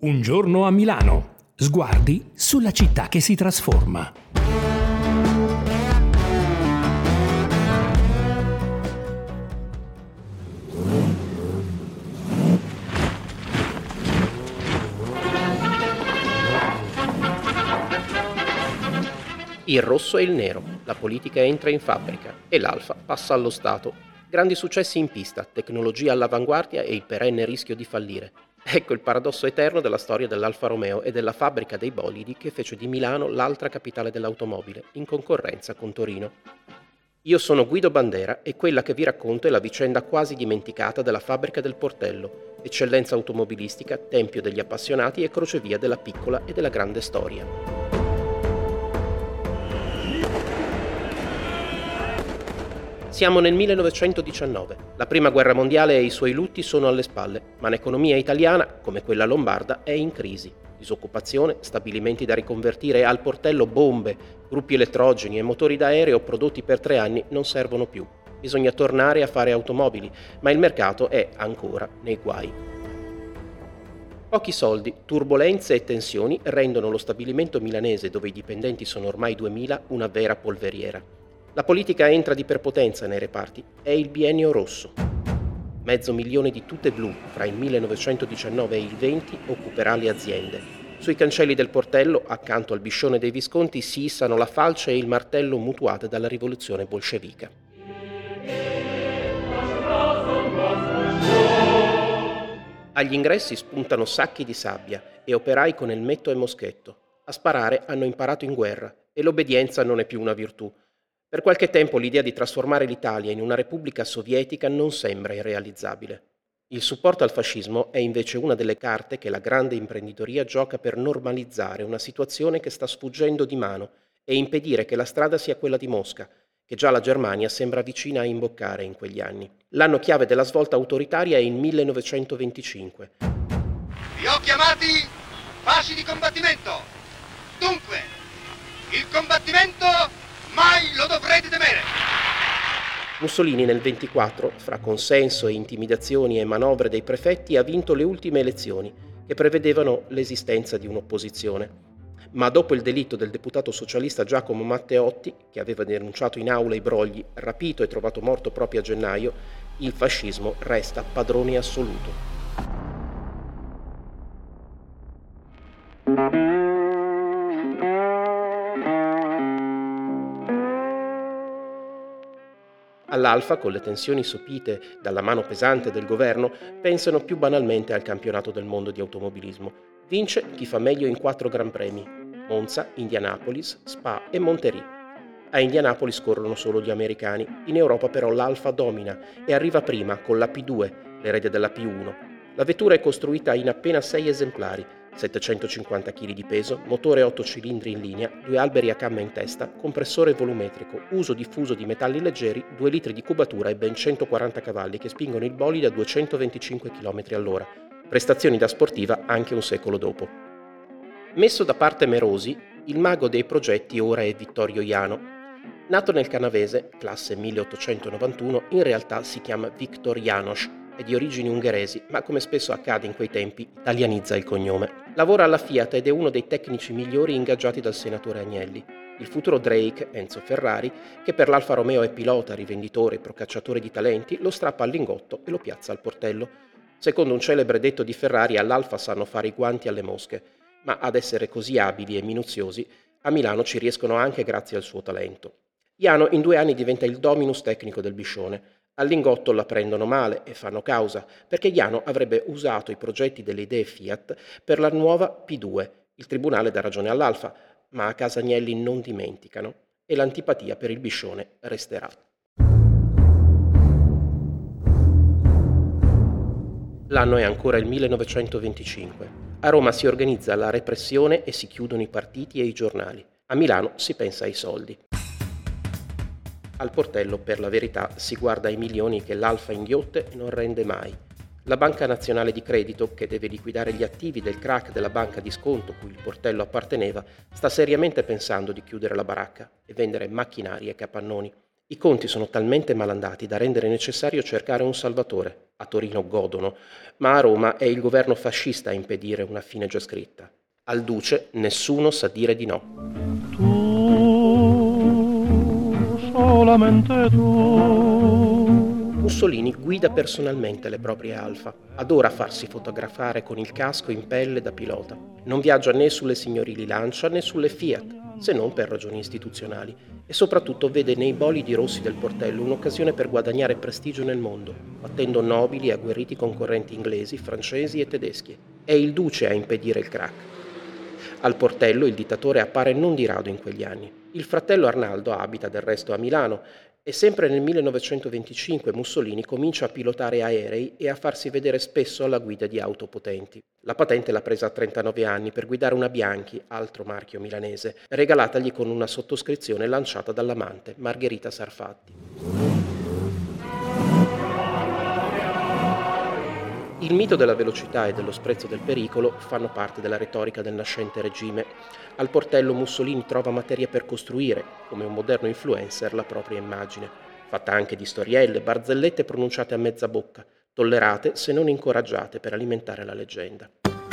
Un giorno a Milano. Sguardi sulla città che si trasforma. Il rosso e il nero, la politica entra in fabbrica e l'Alfa passa allo Stato. Grandi successi in pista, tecnologia all'avanguardia e il perenne rischio di fallire. Ecco il paradosso eterno della storia dell'Alfa Romeo e della fabbrica dei bolidi che fece di Milano l'altra capitale dell'automobile, in concorrenza con Torino. Io sono Guido Bandera e quella che vi racconto è la vicenda quasi dimenticata della fabbrica del Portello, eccellenza automobilistica, tempio degli appassionati e crocevia della piccola e della grande storia. Siamo nel 1919, la prima guerra mondiale e i suoi lutti sono alle spalle, ma l'economia italiana, come quella lombarda, è in crisi. Disoccupazione, stabilimenti da riconvertire e al Portello bombe, gruppi elettrogeni e motori d'aereo prodotti per 3 anni non servono più. Bisogna tornare a fare automobili, ma il mercato è ancora nei guai. Pochi soldi, turbolenze e tensioni rendono lo stabilimento milanese, dove i dipendenti sono ormai 2000, una vera polveriera. La politica entra di perpotenza nei reparti, è il biennio rosso. 500.000 di tute blu fra il 1919 e il 20 occuperà le aziende. Sui cancelli del Portello, accanto al biscione dei Visconti, si issano la falce e il martello mutuate dalla rivoluzione bolscevica. Agli ingressi spuntano sacchi di sabbia e operai con elmetto e moschetto. A sparare hanno imparato in guerra e l'obbedienza non è più una virtù. Per qualche tempo l'idea di trasformare l'Italia in una repubblica sovietica non sembra irrealizzabile. Il supporto al fascismo è invece una delle carte che la grande imprenditoria gioca per normalizzare una situazione che sta sfuggendo di mano e impedire che la strada sia quella di Mosca, che già la Germania sembra vicina a imboccare in quegli anni. L'anno chiave della svolta autoritaria è il 1925. Vi ho chiamati fasi di combattimento. Dunque, il combattimento mai lo dovrete temere! Mussolini nel 24, fra consenso e intimidazioni e manovre dei prefetti, ha vinto le ultime elezioni, che prevedevano l'esistenza di un'opposizione. Ma dopo il delitto del deputato socialista Giacomo Matteotti, che aveva denunciato in aula i brogli, rapito e trovato morto proprio a gennaio, il fascismo resta padrone assoluto. All'Alfa, con le tensioni sopite dalla mano pesante del governo, pensano più banalmente al campionato del mondo di automobilismo. Vince chi fa meglio in 4 Gran Premi: Monza, Indianapolis, Spa e Monterey. A Indianapolis corrono solo gli americani, in Europa però l'Alfa domina e arriva prima con la P2, l'erede della P1. La vettura è costruita in appena 6 esemplari, 750 kg di peso, motore 8 cilindri in linea, 2 alberi a camma in testa, compressore volumetrico, uso diffuso di metalli leggeri, 2 litri di cubatura e ben 140 cavalli che spingono il bolide a 225 km all'ora. Prestazioni da sportiva anche un secolo dopo. Messo da parte Merosi, il mago dei progetti ora è Vittorio Jano. Nato nel Canavese, classe 1891, in realtà si chiama Viktor János. È di origini ungheresi, ma come spesso accade in quei tempi, italianizza il cognome. Lavora alla Fiat ed è uno dei tecnici migliori ingaggiati dal senatore Agnelli. Il futuro Drake, Enzo Ferrari, che per l'Alfa Romeo è pilota, rivenditore e procacciatore di talenti, lo strappa al lingotto e lo piazza al Portello. Secondo un celebre detto di Ferrari, all'Alfa sanno fare i guanti alle mosche, ma ad essere così abili e minuziosi, a Milano ci riescono anche grazie al suo talento. Jano in 2 anni diventa il dominus tecnico del Biscione. Al lingotto la prendono male e fanno causa, perché Jano avrebbe usato i progetti delle idee Fiat per la nuova P2. Il tribunale dà ragione all'Alfa, ma a casa Agnelli non dimenticano e l'antipatia per il Biscione resterà. L'anno è ancora il 1925. A Roma si organizza la repressione e si chiudono i partiti e i giornali. A Milano si pensa ai soldi. Al Portello, per la verità, si guarda ai milioni che l'Alfa inghiotte e non rende mai. La Banca Nazionale di Credito, che deve liquidare gli attivi del crack della banca di sconto cui il Portello apparteneva, sta seriamente pensando di chiudere la baracca e vendere macchinari e capannoni. I conti sono talmente malandati da rendere necessario cercare un salvatore. A Torino godono, ma a Roma è il governo fascista a impedire una fine già scritta. Al duce nessuno sa dire di no. Tu, solamente tu. Mussolini guida personalmente le proprie Alfa, adora farsi fotografare con il casco in pelle da pilota. Non viaggia né sulle signorili Lancia né sulle Fiat, se non per ragioni istituzionali, e soprattutto vede nei bolidi rossi del Portello un'occasione per guadagnare prestigio nel mondo, battendo nobili e agguerriti concorrenti inglesi, francesi e tedeschi. È il duce a impedire il crack. Al Portello il dittatore appare non di rado in quegli anni. Il fratello Arnaldo abita del resto a Milano e sempre nel 1925 Mussolini comincia a pilotare aerei e a farsi vedere spesso alla guida di auto potenti. La patente l'ha presa a 39 anni per guidare una Bianchi, altro marchio milanese, regalatagli con una sottoscrizione lanciata dall'amante Margherita Sarfatti. Il mito della velocità e dello sprezzo del pericolo fanno parte della retorica del nascente regime. Al Portello Mussolini trova materia per costruire, come un moderno influencer, la propria immagine, fatta anche di storielle, barzellette pronunciate a mezza bocca, tollerate se non incoraggiate per alimentare la leggenda.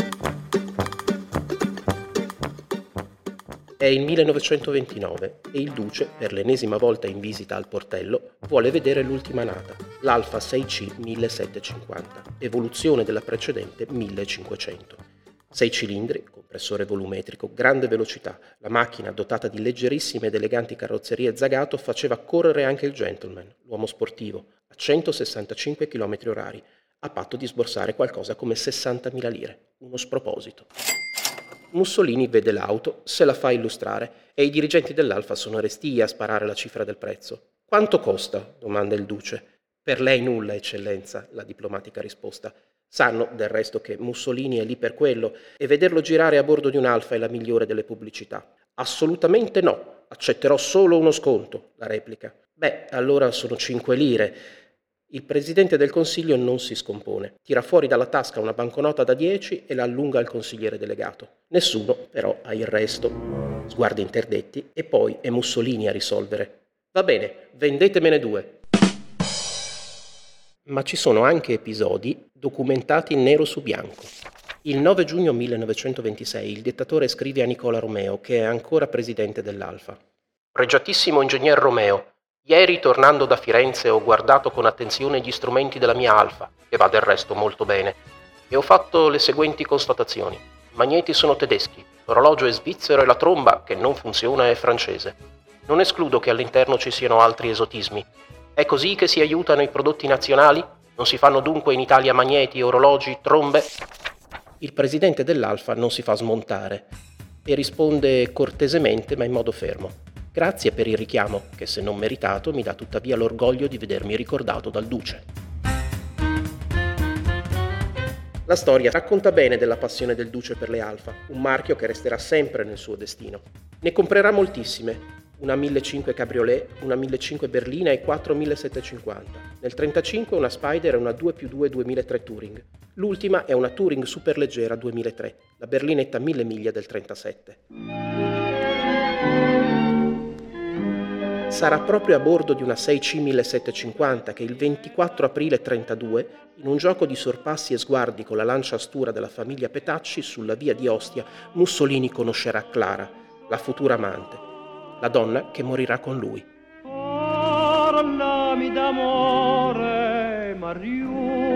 È il 1929 e il duce, per l'ennesima volta in visita al Portello, vuole vedere l'ultima nata, l'Alfa 6C 1750, evoluzione della precedente 1500. 6 cilindri, compressore volumetrico, grande velocità, la macchina dotata di leggerissime ed eleganti carrozzerie Zagato faceva correre anche il gentleman, l'uomo sportivo, a 165 km/h, a patto di sborsare qualcosa come 60.000 lire, uno sproposito. Mussolini vede l'auto, se la fa illustrare e i dirigenti dell'Alfa sono restii a sparare la cifra del prezzo. «Quanto costa?» domanda il duce. «Per lei nulla, eccellenza», la diplomatica risposta. Sanno, del resto, che Mussolini è lì per quello e vederlo girare a bordo di un Alfa è la migliore delle pubblicità. «Assolutamente no, accetterò solo uno sconto», la replica. «Beh, allora sono 5 lire». Il presidente del Consiglio non si scompone, tira fuori dalla tasca una banconota da 10 e la allunga al consigliere delegato. Nessuno, però, ha il resto. Sguardi interdetti e poi è Mussolini a risolvere. «Va bene, vendetemene 2». Ma ci sono anche episodi documentati nero su bianco. Il 9 giugno 1926 il dittatore scrive a Nicola Romeo, che è ancora presidente dell'Alfa. «Pregiatissimo ingegner Romeo, ieri tornando da Firenze ho guardato con attenzione gli strumenti della mia Alfa, che va del resto molto bene, e ho fatto le seguenti constatazioni. I magneti sono tedeschi, l'orologio è svizzero e la tromba, che non funziona, è francese. Non escludo che all'interno ci siano altri esotismi. È così che si aiutano i prodotti nazionali? Non si fanno dunque in Italia magneti, orologi, trombe?» Il presidente dell'Alfa non si fa smontare e risponde cortesemente ma in modo fermo. «Grazie per il richiamo, che se non meritato mi dà tuttavia l'orgoglio di vedermi ricordato dal duce». La storia racconta bene della passione del duce per le Alfa, un marchio che resterà sempre nel suo destino. Ne comprerà moltissime, una 1500 Cabriolet, una 1500 berlina e 4 1750. Nel 1935 una Spider e una 2+2 2003 Touring. L'ultima è una Touring superleggera 2003, la berlinetta 1000 miglia del 1937. Sarà proprio a bordo di una 6C 1750 che il 24 aprile 1932, in un gioco di sorpassi e sguardi con la Lancia Astura della famiglia Petacci sulla via di Ostia, Mussolini conoscerà Clara, la futura amante, la donna che morirà con lui. Parlami d'amore, Mario,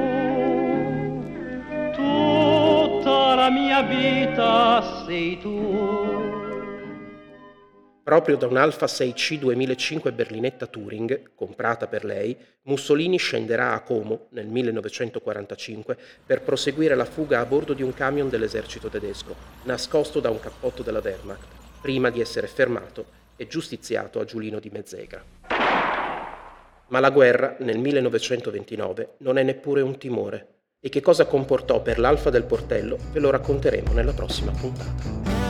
tutta la mia vita sei tu. Proprio da un Alfa 6C 2005 berlinetta Touring, comprata per lei, Mussolini scenderà a Como nel 1945 per proseguire la fuga a bordo di un camion dell'esercito tedesco, nascosto da un cappotto della Wehrmacht, prima di essere fermato e giustiziato a Giulino di Mezzegra. Ma la guerra, nel 1929, non è neppure un timore, e che cosa comportò per l'Alfa del Portello ve lo racconteremo nella prossima puntata.